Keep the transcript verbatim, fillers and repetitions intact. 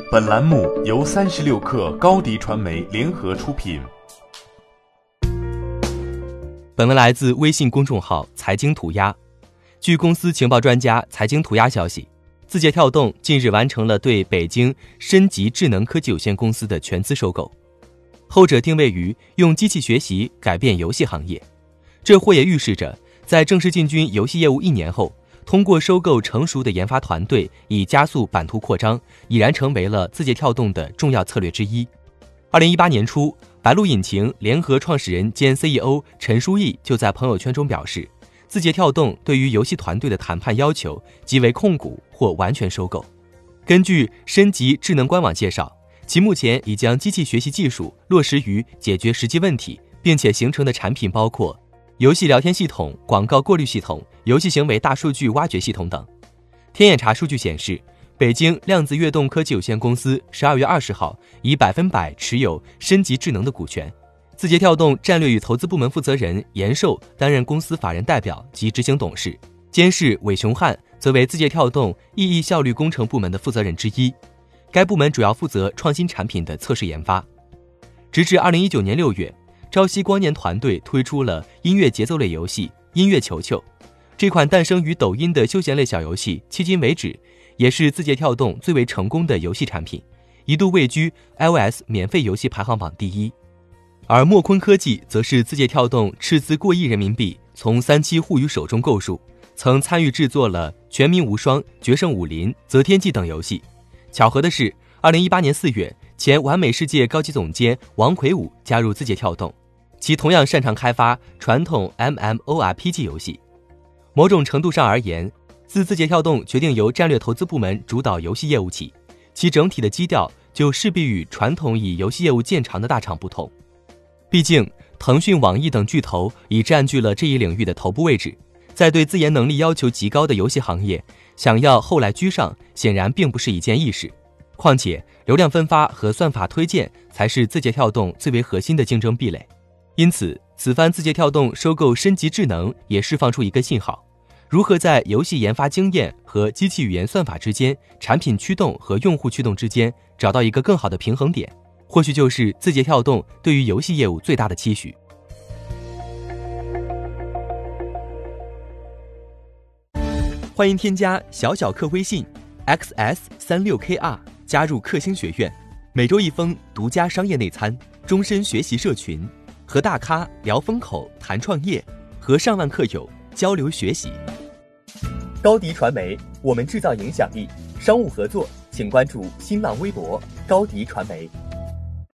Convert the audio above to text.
本栏目由三十六氪高迪传媒联合出品。 本文来自微信公众号财经涂鸦。据公司情报专家财经涂鸦消息，字节跳动近日完成了对北京申级智能科技有限公司的全资收购，后者定位于用机器学习改变游戏行业。这或也预示着在正式进军游戏业务一年后，通过收购成熟的研发团队以加速版图扩张，已然成为了字节跳动的重要策略之一。二零一八年初，白鹿引擎联合创始人兼 C E O 陈书毅就在朋友圈中表示，字节跳动对于游戏团队的谈判要求即为控股或完全收购。根据申级智能官网介绍，其目前已将机器学习技术落实于解决实际问题，并且形成的产品包括游戏聊天系统、广告过滤系统、游戏行为大数据挖掘系统等。天眼查数据显示，北京量子跃动科技有限公司十二月二十号以百分百持有申级智能的股权。字节跳动战略与投资部门负责人严寿担任公司法人代表及执行董事，监事韦雄汉则为字节跳动意义效率工程部门的负责人之一。该部门主要负责创新产品的测试研发。直至二零一九年六月，朝夕光年团队推出了音乐节奏类游戏音乐球球，这款诞生于抖音的休闲类小游戏迄今为止也是字节跳动最为成功的游戏产品，一度位居 iOS 免费游戏排行榜第一。而墨坤科技则是字节跳动斥资过亿人民币从三七互娱手中购入，曾参与制作了全民无双、决胜武林、择天记等游戏。巧合的是，二零一八年四月，前完美世界高级总监王魁武加入字节跳动，其同样擅长开发传统 MMORPG 游戏。某种程度上而言，自字节跳动决定由战略投资部门主导游戏业务起，其整体的基调就势必与传统以游戏业务见长的大厂不同。毕竟腾讯、网易等巨头已占据了这一领域的头部位置，在对自研能力要求极高的游戏行业，想要后来居上显然并不是一件易事。况且流量分发和算法推荐才是字节跳动最为核心的竞争壁垒。因此此番字节跳动收购申级智能也释放出一个信号，如何在游戏研发经验和机器语言算法之间，产品驱动和用户驱动之间找到一个更好的平衡点，或许就是字节跳动对于游戏业务最大的期许。欢迎添加小小客微信 X S 三六 K R 加入克星学院，每周一封独家商业内参，终身学习社群，和大咖聊风口谈创业，和上万客友交流学习。高迪传媒，我们制造影响力。商务合作请关注新浪微博高迪传媒。